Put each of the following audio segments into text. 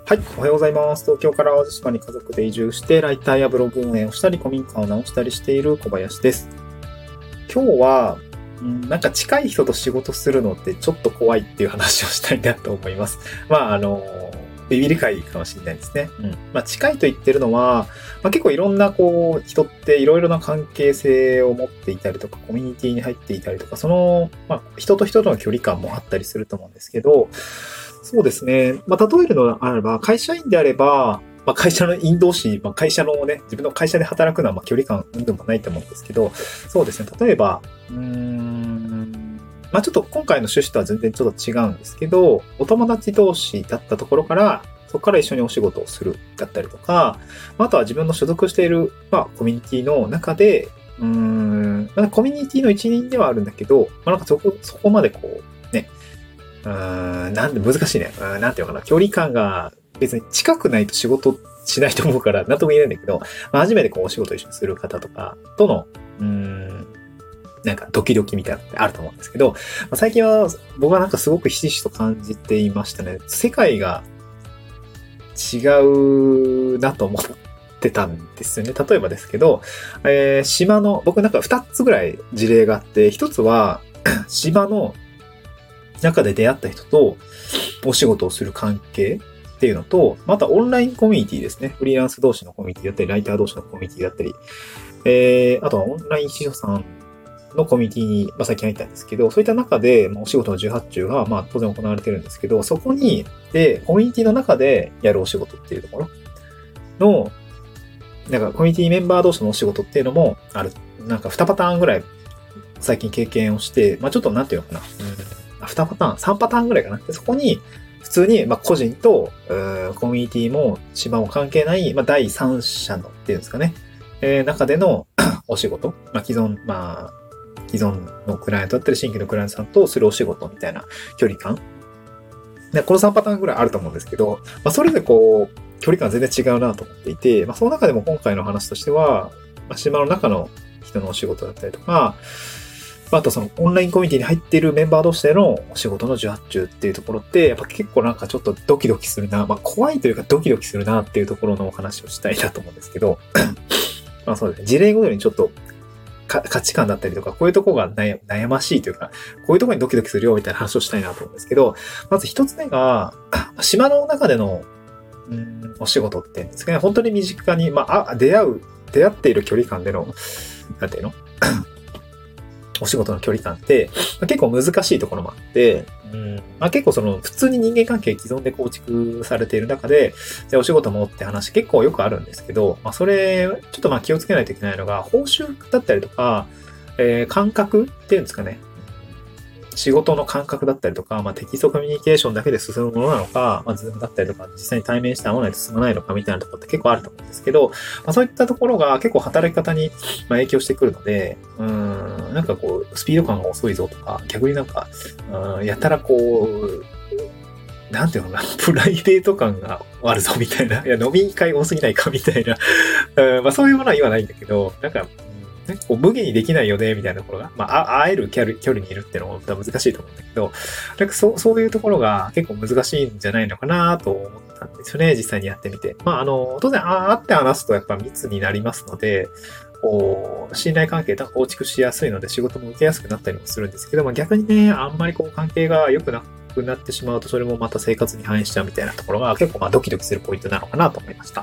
はい、おはようございます。東京から淡路島に家族で移住して、ライターやブログ運営をしたり、古民家を直したりしている小林です。今日は、なんか近い人と仕事するのってちょっと怖いっていう話をしたいなと思います。ビビり会かもしれないですね。近いと言ってるのは、結構いろんな人っていろいろな関係性を持っていたりとか、コミュニティに入っていたりとか、人と人との距離感もあったりすると思うんですけど、そうですね。例えるのであれば、会社員であれば、会社の員同士、会社のね、自分の会社で働くのは距離感でもないと思うんですけど、そうですね。例えば、ちょっと今回の趣旨とは全然ちょっと違うんですけど、お友達同士だったところから、そこから一緒にお仕事をするだったりとか、あとは自分の所属している、コミュニティの中で、コミュニティの一員ではあるんだけど、そこまでね、なんで難しいね。なんていうのかな。距離感が別に近くないと仕事しないと思うから、なんとも言えないんだけど、初めてお仕事を一緒にする方とかとの、なんかドキドキみたいなのってあると思うんですけど、最近は僕はなんかすごくひしひしと感じていましたね。世界が違うなと思ってたんですよね。例えばですけど、僕なんか2つぐらい事例があって、1つは島の中で出会った人とお仕事をする関係っていうのと、またオンラインコミュニティですね。フリーランス同士のコミュニティだったり、ライター同士のコミュニティだったり、あとはオンライン秘書さんのコミュニティに、最近入ったんですけど、そういった中で、お仕事の18中が、当然行われてるんですけど、そこに、コミュニティの中でやるお仕事っていうところの、なんかコミュニティメンバー同士のお仕事っていうのもある。なんか2パターンぐらい最近経験をして、ちょっとなんていうのかな。2パターン、3パターンぐらいかな。でそこに、普通に、個人と、コミュニティも、島も関係ない、第三者のっていうんですかね。中でのお仕事。既存のクライアントだったり、新規のクライアントさんとするお仕事みたいな距離感。でこの3パターンぐらいあると思うんですけど、それで距離感全然違うなと思っていて、その中でも今回の話としては、島の中の人のお仕事だったりとか、あとそのオンラインコミュニティに入っているメンバー同士でのお仕事の受発注っていうところって、やっぱ結構なんかちょっとドキドキするな、怖いというかドキドキするなっていうところのお話をしたいなと思うんですけど、そうですね。事例ごとにちょっと価値観だったりとか、こういうところが悩ましいというか、こういうところにドキドキするよみたいな話をしたいなと思うんですけど、まず一つ目が、島の中での、お仕事ってですね、本当に身近に、出会っている距離感での、なんていうのお仕事の距離感って、結構難しいところもあって、結構普通に人間関係既存で構築されている中で、じゃあお仕事もって話結構よくあるんですけど、それ、ちょっと気をつけないといけないのが、報酬だったりとか、感覚っていうんですかね。仕事の感覚だったりとか、テキストコミュニケーションだけで進むものなのか、ズームだったりとか、実際に対面して会わないと進まないのかみたいなところって結構あると思うんですけど、そういったところが結構働き方に影響してくるので、なんかスピード感が遅いぞとか、逆になんか、やたらなんていうのかな、プライベート感があるぞみたいな、いや、飲み会多すぎないかみたいな、そういうものは言わないんだけど、なんか、無限にできないよね、みたいなところが。会える距離にいるっていうのも難しいと思うんだけど、なんかそういうところが結構難しいんじゃないのかなと思ったんですよね、実際にやってみて。当然、会って話すとやっぱ密になりますので、信頼関係が構築しやすいので仕事も受けやすくなったりもするんですけど、逆にね、あんまり関係が良くなくなってしまうと、それもまた生活に反映しちゃうみたいなところが結構ドキドキするポイントなのかなと思いました。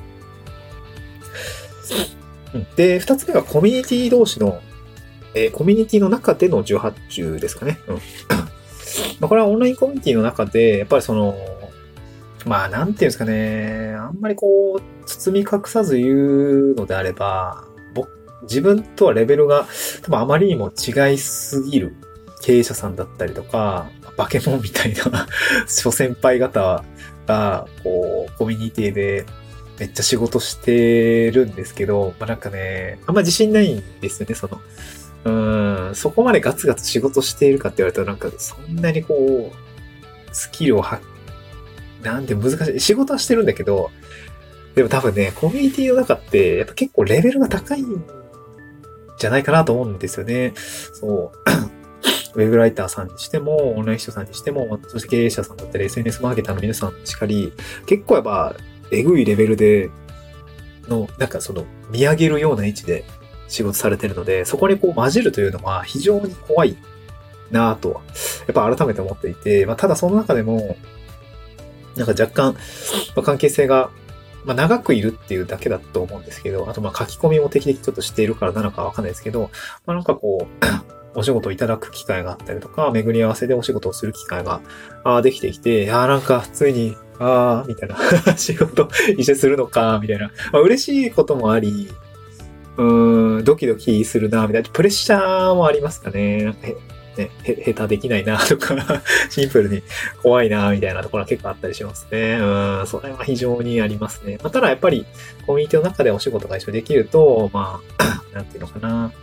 で、二つ目がコミュニティ同士の、コミュニティの中での受発注ですかね。これはオンラインコミュニティの中で、やっぱりなんていうんですかね、あんまり包み隠さず言うのであれば、自分とはレベルが多分あまりにも違いすぎる経営者さんだったりとか、化け物みたいな諸先輩方が、コミュニティでめっちゃ仕事してるんですけど、なんかね、あんま自信ないんですよね、そこまでガツガツ仕事しているかって言われたらなんかそんなにスキルをなんで難しい。仕事はしてるんだけど、でも多分ね、コミュニティの中ってやっぱ結構レベルが高いんじゃないかなと思うんですよね。そう。 ウェブライターさんにしても、オンライン秘書さんにしても、そして経営者さんだったり、SNS マーケターの皆さんしかり、結構やっぱ、えぐいレベルでなんか見上げるような位置で仕事されてるので、そこにこう混じるというのは非常に怖いなぁとは、やっぱ改めて思っていて、ただその中でも、なんか若干、関係性が、長くいるっていうだけだと思うんですけど、あと書き込みも定期的にちょっとしているからなのかわかんないですけど、なんかこう、お仕事をいただく機会があったりとか、巡り合わせでお仕事をする機会ができてきて、なんかついに、みたいな仕事一緒にするのか、みたいな。嬉しいこともあり、ドキドキするな、みたいな。プレッシャーもありますかね。なんか下手できないな、とか、シンプルに怖いな、みたいなところは結構あったりしますね。それは非常にありますね。ただやっぱり、コミュニティの中でお仕事が一緒にできると、なんていうのかな。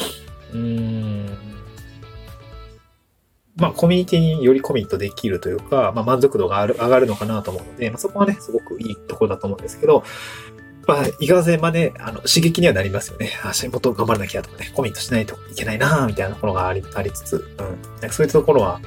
コミュニティによりコミットできるというか、満足度が上がるのかなと思うので、そこはね、すごくいいところだと思うんですけど、いかがぜまで、刺激にはなりますよね。仕事頑張らなきゃとかね、コミットしないといけないなみたいなところがありつつ、そういったところは、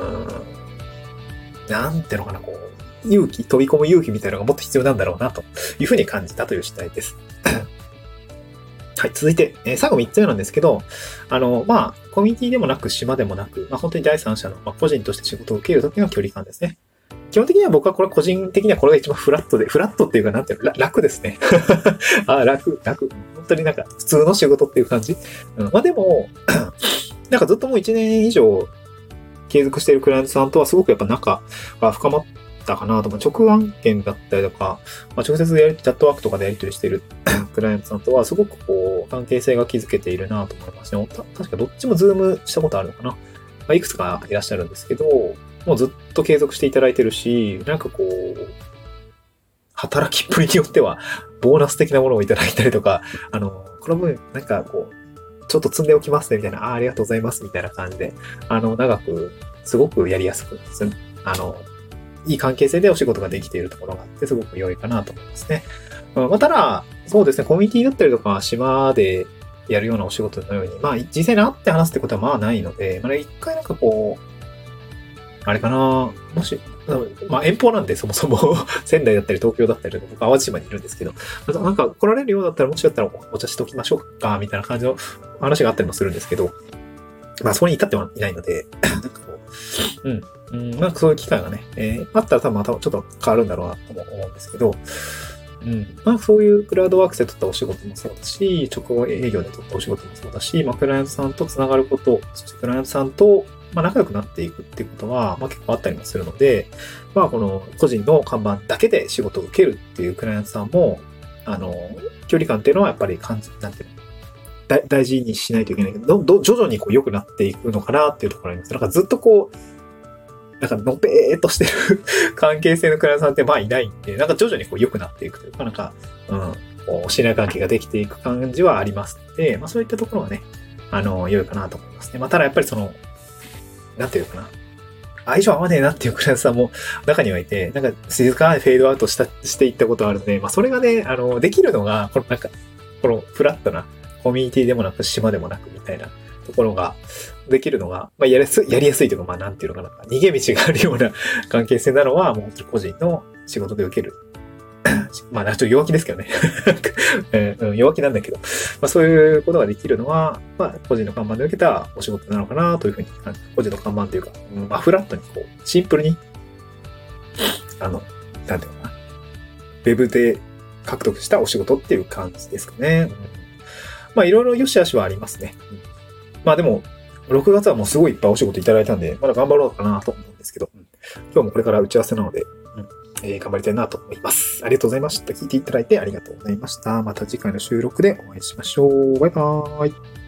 なんていうのかな、こう、飛び込む勇気みたいなのがもっと必要なんだろうな、というふうに感じたという次第です。はい、続いて、最後3つ目なんですけど、コミュニティでもなく、島でもなく、本当に第三者の、個人として仕事を受けるときの距離感ですね。基本的には僕はこれ個人的にはこれが一番フラットっていうかなんていうの、楽ですね。楽。本当になんか普通の仕事っていう感じ。でも、なんかずっともう1年以上継続しているクライアントさんとはすごくやっぱ仲が深まったかなと。直案件だったりとか、直接チャットワークとかでやり取りしているクライアントさんとはすごくこう関係性が築けているなと思いますね。確かどっちもズームしたことあるのかな。いくつかいらっしゃるんですけど、もうずっと継続していただいてるし、なんかこう、働きっぷりによっては、ボーナス的なものをいただいたりとか、この分、なんかこう、ちょっと積んでおきますね、みたいな、ありがとうございます、みたいな感じで、長く、すごくやりやすく、いい関係性でお仕事ができているところがあって、すごく良いかなと思いますね。ただ、そうですね、コミュニティだったりとか、島でやるようなお仕事のように、実際に会って話すってことはないので、一回なんかこう、あれかなもし、遠方なんでそもそも仙台だったり東京だったりとか僕淡路島にいるんですけど、なんか来られるようだったらもしだったらお茶しときましょうかみたいな感じの話があったりもするんですけど、そこに至ってはいないので、なんかこう、なんかそういう機会がね、あったら多分またちょっと変わるんだろうなとも思うんですけど、そういうクラウドワークスで取ったお仕事もそうだし、直営業で取ったお仕事もそうだし、クライアントさんと繋がること、そしてクライアントさんと仲良くなっていくっていうことは、結構あったりもするので、この個人の看板だけで仕事を受けるっていうクライアントさんも、距離感っていうのはやっぱりなんていうの、大事にしないといけないけど、徐々にこう良くなっていくのかなっていうところがあります。なんかずっとこう、なんかのぺーっとしてる関係性のクライアントさんっていないんで、なんか徐々にこう良くなっていくというか、なんか、こう信頼関係ができていく感じはありますので、そういったところはね、良いかなと思いますね。ただやっぱりなんていうかな。相性合わねえなっていうクライアントさんも中にはいて、なんか静かにフェードアウトしていったことがあるので、それがね、できるのが、このフラットなコミュニティでもなく島でもなくみたいなところができるのが、やりやすいというか、なんていうのかな。逃げ道があるような関係性なのは、もう本当に個人の仕事で受ける。ちょっと弱気ですけどね。弱気なんだけど、そういうことができるのは、個人の看板で受けたお仕事なのかなというふうに、個人の看板というか、フラットにこう、シンプルに、なんていうのかな、ウェブで獲得したお仕事っていう感じですかね。いろいろ良し悪しはありますね。でも、6月はもうすごいいっぱいお仕事いただいたんで、まだ頑張ろうかなと思うんですけど、今日もこれから打ち合わせなので、頑張りたいなと思います。ありがとうございました。聞いていただいてありがとうございました。また次回の収録でお会いしましょう。バイバーイ。